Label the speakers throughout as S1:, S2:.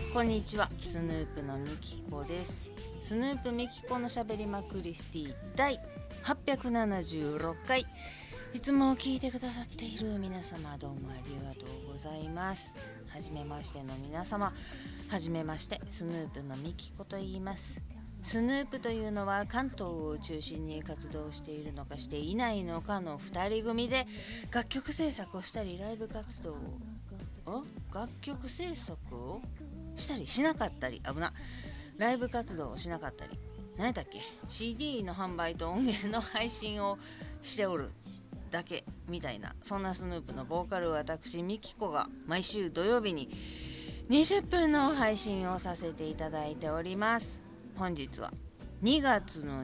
S1: こんにちは、スヌープのみきこです。スヌープみきこのしゃべりまクリスティ第876回。いつも聞いてくださっている皆様、どうもありがとうございます。はじめましての皆様、はじめまして。スヌープのみきこと言います。スヌープというのは関東を中心に活動しているのかしていないのかの2人組で、楽曲制作をしたりライブ活動を楽曲制作をしたりしなかったり、危な、ライブ活動をしなかったり、何だっけ、 CD の販売と音源の配信をしておるだけみたいな、そんなスヌープのボーカル私みきこが毎週土曜日に20分の配信をさせていただいております。本日は2月の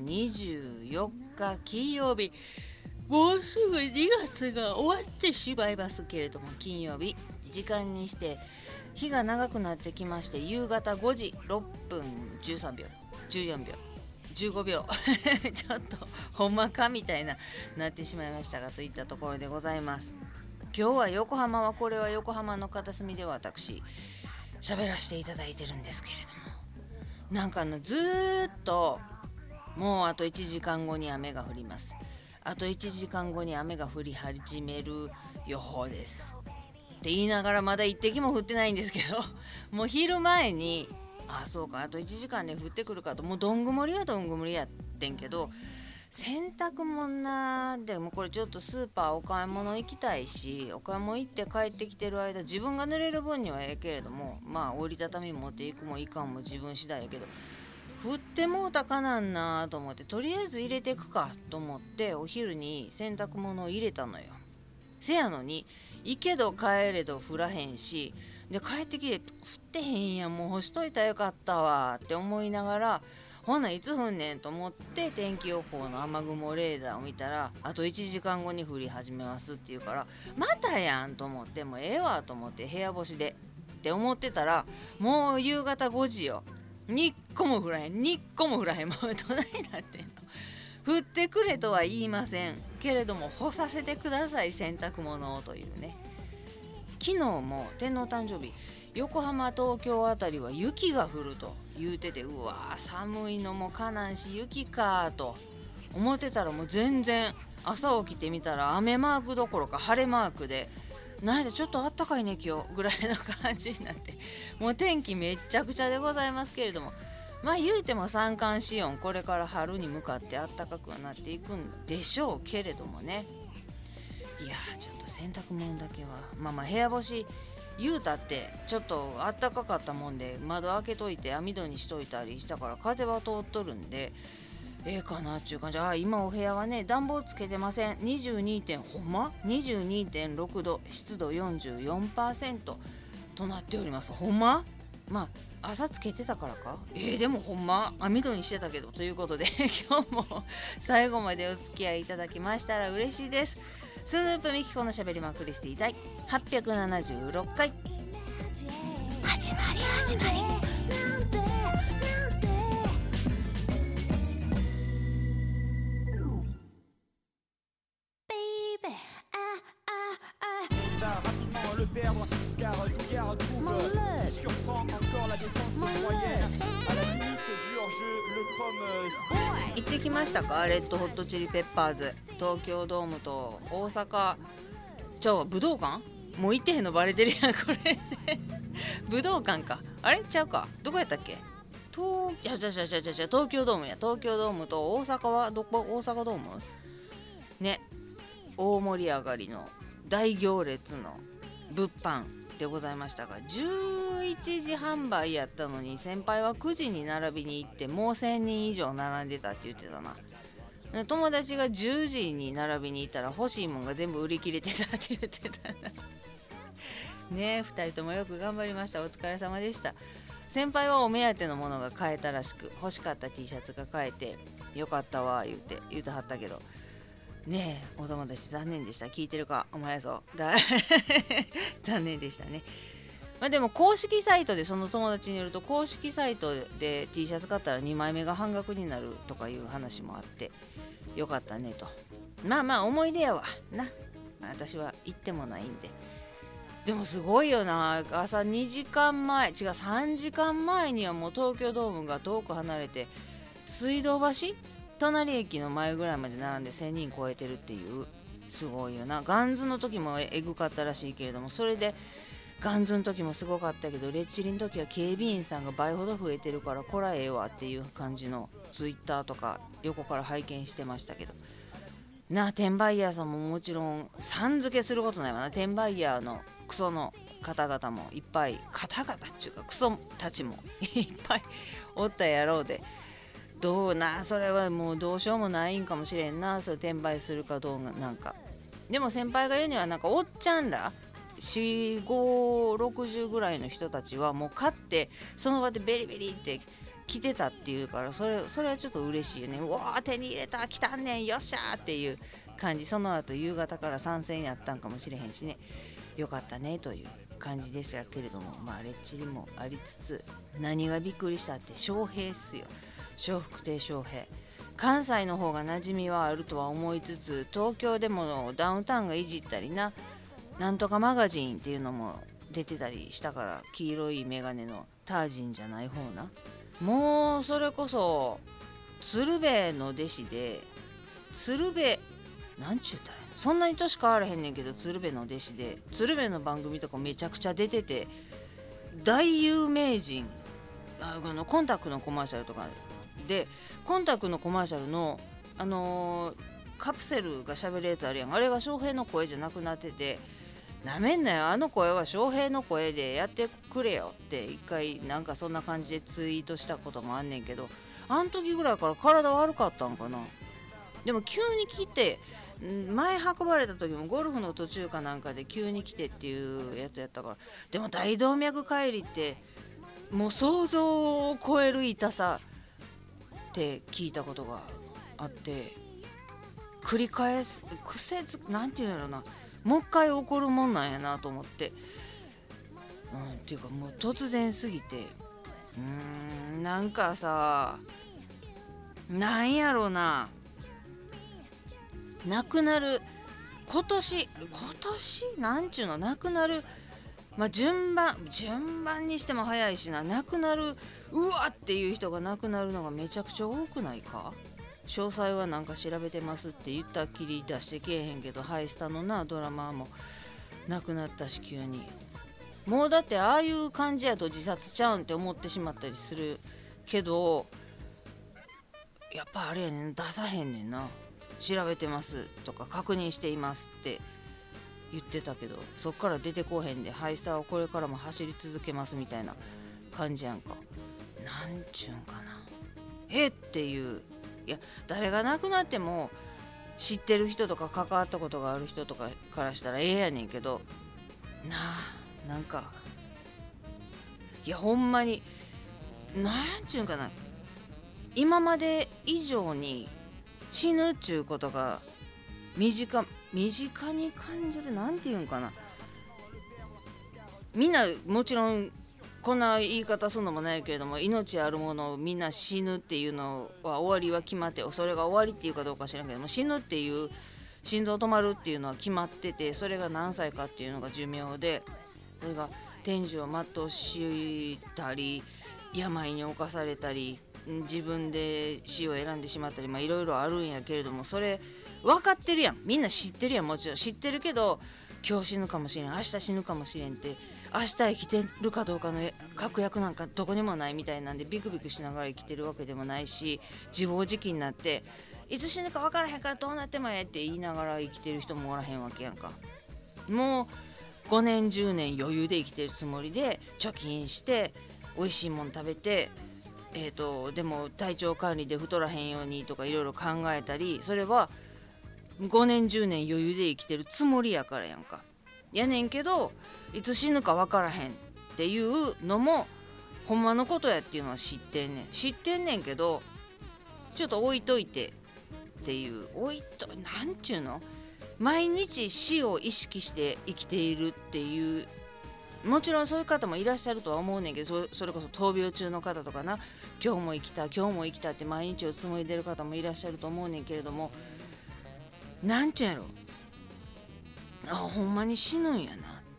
S1: 24日金曜日、もうすぐ2月が終わってしまいますけれども、金曜日、時間にして日が長くなってきまして、夕方5時6分13秒14秒15秒ちょっとほんまかみたいなってしまいましたが、といったところでございます。今日は横浜は、これは横浜の片隅で私喋らせていただいてるんですけれども、なんかずーっともうあと1時間後に雨が降ります。あと1時間後に雨が降り始める予報ですって言いながら、まだ一滴も降ってないんですけどもう昼前に、そうか、あと1時間で降ってくるかと、もうどん曇りはどん曇りやってんけど、洗濯物なでもこれちょっとスーパーお買い物行きたいし、お買い物行って帰ってきてる間、自分が濡れる分にはええけれども、まあ折りたたみ持っていくもいかんも自分次第やけど、降ってもうたかなんなと思って、とりあえず入れていくかと思ってお昼に洗濯物を入れたのよ。せやのに行けど帰れど降らへんし、で帰ってきて降ってへんやん、もう干しといたらよかったわって思いながら、ほないつ降んねんと思って天気予報の雨雲レーダーを見たら、あと1時間後に降り始めますって言うから、またやんと思って、もうええわと思って部屋干しでって思ってたら、もう夕方5時よ。日光も降らへん、日光も降らへん、もうどないなってんの。降ってくれとは言いませんけれども、干させてください洗濯物をというね。昨日も天皇誕生日、横浜東京あたりは雪が降ると言うてて、うわ寒いのもかなんし雪かと思ってたら、もう全然朝起きてみたら雨マークどころか晴れマークで、なんでちょっとあったかいね今日ぐらいの感じになって、もう天気めっちゃくちゃでございますけれども、まあ言うても三寒四温、これから春に向かってあったかくはなっていくんでしょうけれどもね。いやちょっと洗濯物だけはまあ部屋干し言うたってちょっとあったかかったもんで、窓開けといて網戸にしといたりしたから風は通っとるんでええかなっていう感じ。今お部屋はね、暖房つけてません。22.6 度、湿度 44% となっております。ほんま、まあ朝つけてたからか、でもほんま網戸にしてたけど、ということで今日も最後までお付き合いいただきましたら嬉しいです。スヌープみきこのしゃべりまクリスティ第876回始まり。行ってきましたか、レッドホットチリペッパーズ。東京ドームと大阪武道館、もう行ってへんのバレてるやんこれ武道館か、あれちゃうか、どこやったっけ、東京ドームや。東京ドームと大阪はどこ、大阪ドームね。大盛り上がりの大行列の物販でございましたが、11時販売やったのに先輩は9時に並びに行って、もう1000人以上並んでたって言ってたな。友達が10時に並びに行ったら欲しいもんが全部売り切れてたって言ってたなね。2人ともよく頑張りました。お疲れ様でした。先輩はお目当てのものが買えたらしく、欲しかった T シャツが買えてよかったわ言うてはったけどね。お友達残念でした。聞いてるかお前ぞ残念でしたね。でも公式サイトで、その友達によると公式サイトで T シャツ買ったら2枚目が半額になるとかいう話もあって、よかったねと。まあ思い出やわな。私は行ってもないんででもすごいよな、朝2時間前3時間前にはもう東京ドームが遠く離れて、水道橋隣駅の前ぐらいまで並んで1000人超えてるっていう、すごいよな。ガンズの時もエグかったらしいけれども、それでガンズの時もすごかったけど、レッチリの時は警備員さんが倍ほど増えてるから、こらええわっていう感じのツイッターとか横から拝見してましたけどな。転売ヤーさんももちろんさん付けすることないわな。転売ヤーのクソの方々もいっぱい、方々っていうかクソたちもいっぱいおったやろうで、どうな、それはもうどうしようもないんかもしれんな。それ転売するかどうなんか。でも先輩が言うには、なんかおっちゃんら4、5、60ぐらいの人たちはもう買ってその場でベリベリって来てたっていうから、それはちょっと嬉しいよね。うわー手に入れた、来たんねん、よっしゃーっていう感じ。その後夕方から参戦やったんかもしれへんしね、よかったねという感じでしたけれども、まあレッチリもありつつ、何がびっくりしたって翔平っすよ。笑福亭翔平。関西の方が馴染みはあるとは思いつつ、東京でもダウンタウンがいじったりな、なんとかマガジンっていうのも出てたりしたから、黄色いメガネのタージンじゃない方な。もうそれこそ鶴瓶の弟子で、鶴瓶なんちゅうたらそんなに年変わらへんねんけど、鶴瓶の弟子で、鶴瓶の番組とかめちゃくちゃ出てて、大有名人。コンタクトのコマーシャルとかで、コンタクトのコマーシャルのカプセルが喋るやつあるやん、あれが翔平の声じゃなくなってて、なめんなよ、あの声は翔平の声でやってくれよって一回なんかそんな感じでツイートしたこともあんねんけど、あの時ぐらいから体悪かったんかな。でも急に来て、前運ばれた時もゴルフの途中かなんかで急に来てっていうやつやったから。でも大動脈解離ってもう想像を超える痛さって聞いたことがあって、繰り返す癖なんていうんやろな、もう一回起こるもんなんやなと思って、っていうかもう突然すぎて、なんかさ、なんやろな、亡くなる今年なんちゅうの、亡くなる、まあ、順番にしても早いしな、亡くなる、うわっていう人が亡くなるのがめちゃくちゃ多くないか。詳細はなんか調べてますって言ったっきり出してけえへんけど、ハイスタのなドラマも亡くなったし、急にもうだってああいう感じやと自殺ちゃうんって思ってしまったりするけど、やっぱあれやねん、出さへんねんな。調べてますとか確認していますって言ってたけど、そっから出てこへんで、ハイスターはこれからも走り続けますみたいな感じやんか。なんちゅうんかな、っていう。いや、誰が亡くなっても知ってる人とか関わったことがある人とかからしたらやねんけどなあ、なんかいやほんまになんちゅうんかな、今まで以上に死ぬっちゅうことが身近に感じる。なんていうんかな、みんなもちろんこんな言い方するのもないけれども、命あるものをみんな死ぬっていうのは終わりは決まって、それが終わりっていうかどうか知らんけども、死ぬっていう、心臓止まるっていうのは決まってて、それが何歳かっていうのが寿命で、それが天寿を全うしたり、病に侵されたり、自分で死を選んでしまったり、いろいろあるんやけれども、それ分かってるやん、みんな知ってるやん。もちろん知ってるけど、今日死ぬかもしれん、明日死ぬかもしれんって、明日生きてるかどうかの確約なんかどこにもないみたいなんで、ビクビクしながら生きてるわけでもないし、自暴自棄になっていつ死ぬか分からへんからどうなってもええって言いながら生きてる人もおらへんわけやんか。もう5年10年余裕で生きてるつもりで貯金して美味しいもん食べて、でも体調管理で太らへんようにとかいろいろ考えたり、それは5年10年余裕で生きてるつもりやからやんか。やねんけど、いつ死ぬか分からへんっていうのもほんまのことやっていうのは知ってんねんけど、ちょっと置いといてっていう、なんちゅうの、毎日死を意識して生きているっていう、もちろんそういう方もいらっしゃるとは思うねんけど、それこそ闘病中の方とかな、今日も生きたって毎日を紡いでる方もいらっしゃると思うねんけれども、なんちゅうんやろ、ほんまに死ぬんやなっ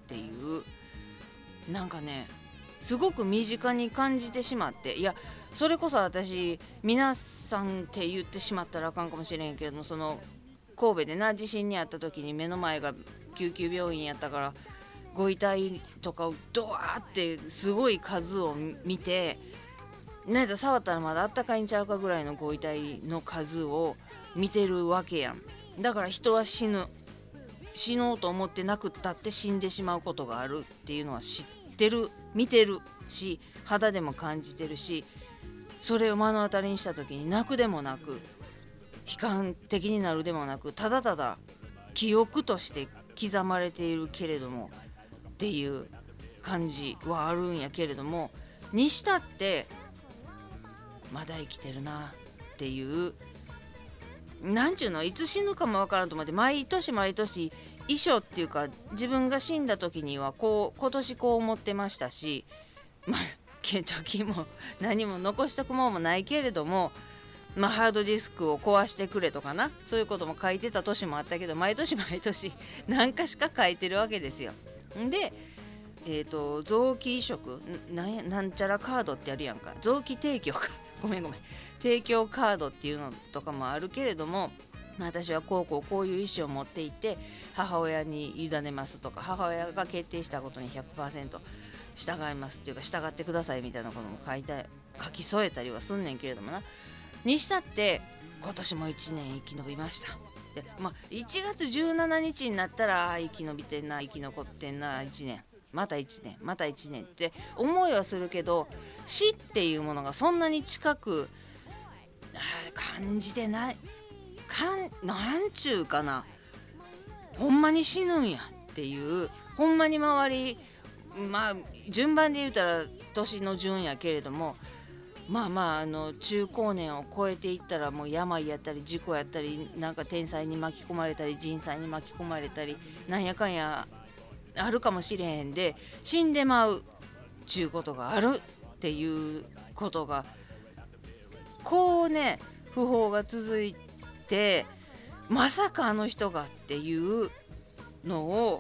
S1: っていうなんかねすごく身近に感じてしまって、いやそれこそ私皆さんって言ってしまったらあかんかもしれんけれども、その神戸でな地震にあった時に目の前が救急病院やったからご遺体とかをドワーってすごい数を見て、なんか触ったらまだあったかいんちゃうかぐらいのご遺体の数を見てるわけやん。だから人は死のうと思ってなくったって死んでしまうことがあるっていうのは知ってる、見てるし、肌でも感じてるし、それを目の当たりにした時に泣くでもなく悲観的になるでもなく、ただただ記憶として刻まれているけれどもっていう感じはあるんやけれども、にしたってまだ生きてるなっていう、なんちゅうの、いつ死ぬかもわからんと思って毎年遺書っていうか自分が死んだ時には今年こう思ってましたし、まあ貯金も何も残しとくもんもないけれども、ハードディスクを壊してくれとかな、そういうことも書いてた年もあったけど、毎年何かしか書いてるわけですよ。で臓器移植なんちゃらカードってあるやんか、臓器提供かごめん提供カードっていうのとかもあるけれども、私はこういう意思を持っていて母親に委ねますとか、母親が決定したことに 100% 従いますっていうか従ってくださいみたいなことも書き添えたりはすんねんけれどもな、にしたって今年も1年生き延びました。で、1月17日になったら生き延びてんな、生き残ってんな、1年また1年って思いはするけど、死っていうものがそんなに近く感じてない、なんちゅうかな、ほんまに死ぬんやっていう、ほんまに周り順番で言うたら年の順やけれども、中高年を超えていったらもう病やったり事故やったり、なんか天災に巻き込まれたり人災に巻き込まれたりなんやかんやあるかもしれへんで、死んでまうちゅうことがあるっていうことがこうね、訃報が続いて、まさかあの人がっていうのを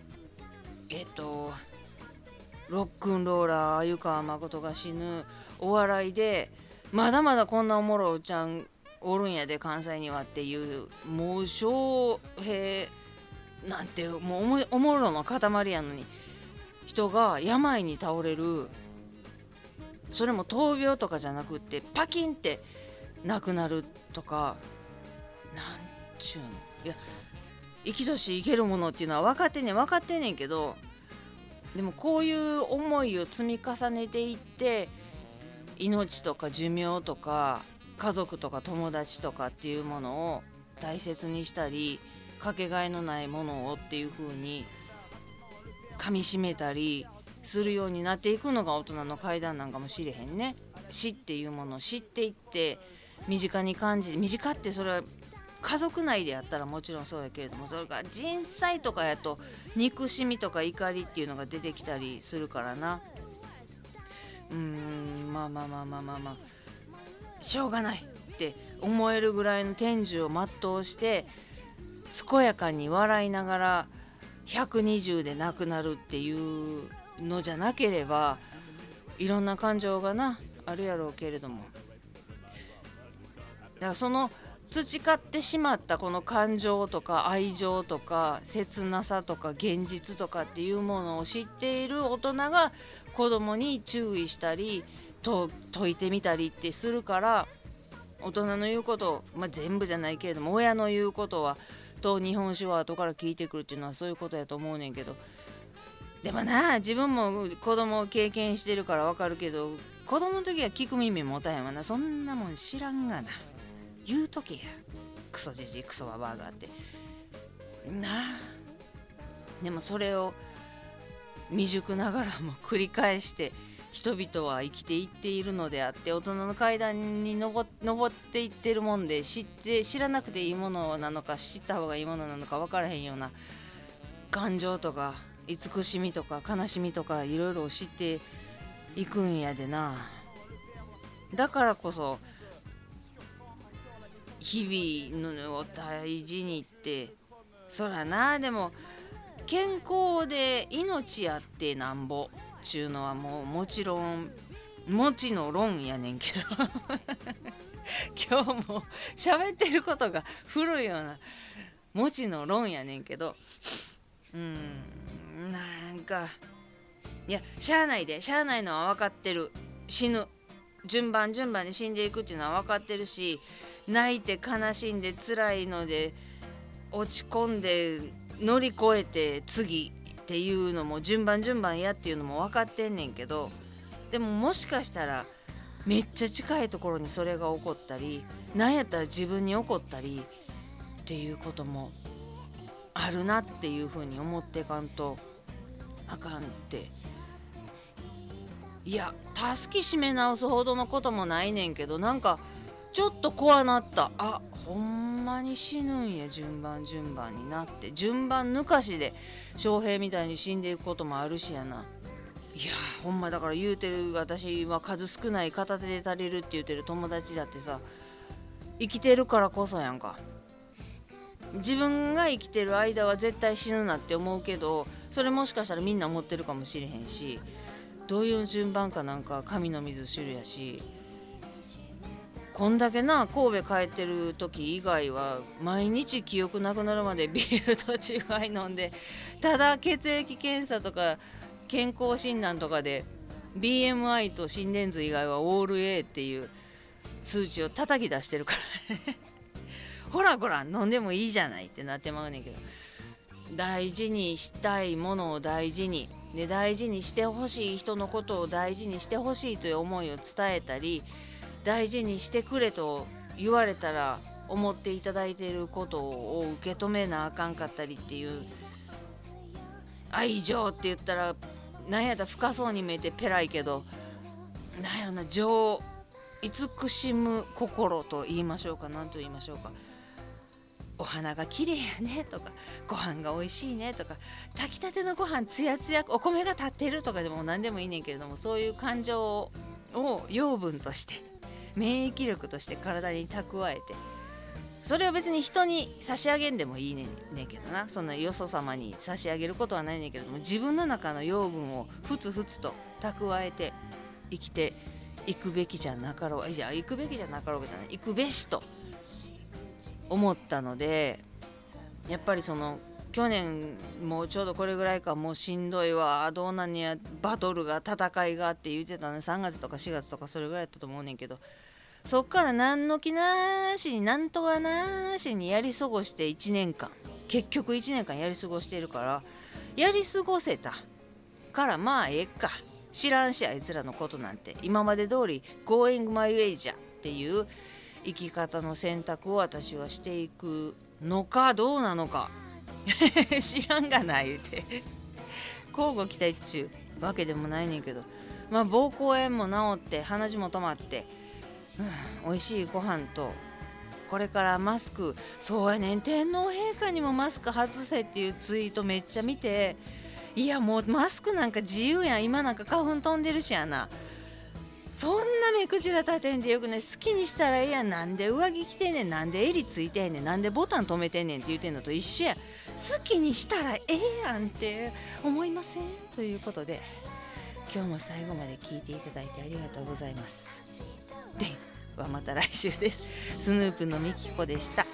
S1: ロックンローラー鮎川誠が死ぬ、お笑いでまだまだこんなおもろいおちゃんおるんやで関西にはっていう、もう笑平なんてもうおもろの塊やのに人が病に倒れる、それも闘病とかじゃなくってパキンって亡くなるとか、なんちゅうの、いや生きとし生けるものっていうのは分かってんねんけど、でもこういう思いを積み重ねていって、命とか寿命とか家族とか友達とかっていうものを大切にしたり、かけがえのないものをっていう風に噛み締めたりするようになっていくのが大人の階段なんかもしれへんね。死っていうものを知っていって身近に感じ、身近ってそれは家族内でやったらもちろんそうやけれども、それから人災とかやと憎しみとか怒りっていうのが出てきたりするからな。しょうがないって思えるぐらいの天寿を全うして健やかに笑いながら120で亡くなるっていうのじゃなければ、いろんな感情がなあるやろうけれども、だからその培ってしまったこの感情とか愛情とか切なさとか現実とかっていうものを知っている大人が子供に注意したり説いてみたりってするから、大人の言うことを、全部じゃないけれども親の言うことはと日本酒は後から聞いてくるっていうのはそういうことやと思うねんけど、でもな、自分も子供を経験してるから分かるけど、子供の時は聞く耳持たへんわな。そんなもん知らんがな、言うとけや、クソじじいクソババアがってなあ。でもそれを未熟ながらも繰り返して人々は生きていっているのであって、大人の階段に登っていってるもんで、知らなくていいものなのか知った方がいいものなのか分からへんような感情とか慈しみとか悲しみとかいろいろ知っていくんやでな。だからこそ日々のを大事にって、そらな。でも健康で命あってなんぼちゅうのはもちろんもちの論やねんけど今日も喋ってることが古いようなもちの論やねんけど、なんかいやしゃあないのは分かってる。死ぬ順番に死んでいくっていうのは分かってるし、泣いて悲しんで辛いので落ち込んで乗り越えて次っていうのも順番やっていうのも分かってんねんけど、でももしかしたらめっちゃ近いところにそれが起こったり、なんやったら自分に起こったりっていうこともあるなっていうふうに思っていかんとあかんって。いや助け締め直すほどのこともないねんけど、なんかちょっと怖なった。あ、ほんまに死ぬんや、順番になって、順番抜かしで翔平みたいに死んでいくこともあるしやな。いやほんまだから言うてる、私は数少ない片手で足りるって言うてる友達だってさ、生きてるからこそやんか。自分が生きてる間は絶対死ぬなって思うけど、それもしかしたらみんな思ってるかもしれへんし、どういう順番かなんか神の水知るやし、こんだけな神戸帰ってる時以外は毎日記憶なくなるまでビールとチューハイ飲んで、ただ血液検査とか健康診断とかで BMI と心電図以外はオール A っていう数値を叩き出してるからねほら飲んでもいいじゃないってなってまうねんけど、大事にしたいものを大事にで、大事にしてほしい人のことを大事にしてほしいという思いを伝えたり、大事にしてくれと言われたら思っていただいていることを受け止めなあかんかったりっていう、愛情って言ったらなんやったら深そうに見えてペラいけど、なんやろな、慈しむ心と言いましょうか、なんと言いましょうか、お花が綺麗やねとか、ご飯が美味しいねとか、炊きたてのご飯つやつや、お米が立ってるとかでも何でもいいねんけれども、そういう感情を養分として免疫力として体に蓄えて、それを別に人に差し上げんでもいいねんけどな、そんなよそ様に差し上げることはないねんけれども、自分の中の養分をふつふつと蓄えて生きていくべきじゃなかろう、行くべきじゃなかろうじゃない、行くべしと思ったので、やっぱりその去年もうちょうどこれぐらいか、もうしんどいわ、どうなんねや、バトルが戦いがって言ってたね。3月とか4月とかそれぐらいだったと思うねんけど、そっから何の気なしになんとかなしにやり過ごして1年間、結局1年間やり過ごしているから、やり過ごせたからまあええか、知らんしあいつらのことなんて、今まで通り Going my way じゃっていう生き方の選択を私はしていくのかどうなのか知らんがな言うて交互期待っちゅうわけでもないねんけど、まあ膀胱炎も治って鼻血も止まって、美味しいご飯と、これからマスク、そうやねん、天皇陛下にもマスク外せっていうツイートめっちゃ見て、いやもうマスクなんか自由やん、今なんか花粉飛んでるしやな、そんな目くじら立てんでよくね、好きにしたらええやん、なんで上着着てんねん、なんで襟ついてんねん、なんでボタン止めてんねんって言うてんのと一緒や、好きにしたらええやんって思いません？ということで、今日も最後まで聞いていただいてありがとうございます。ではまた来週です。スヌープのみきこでした。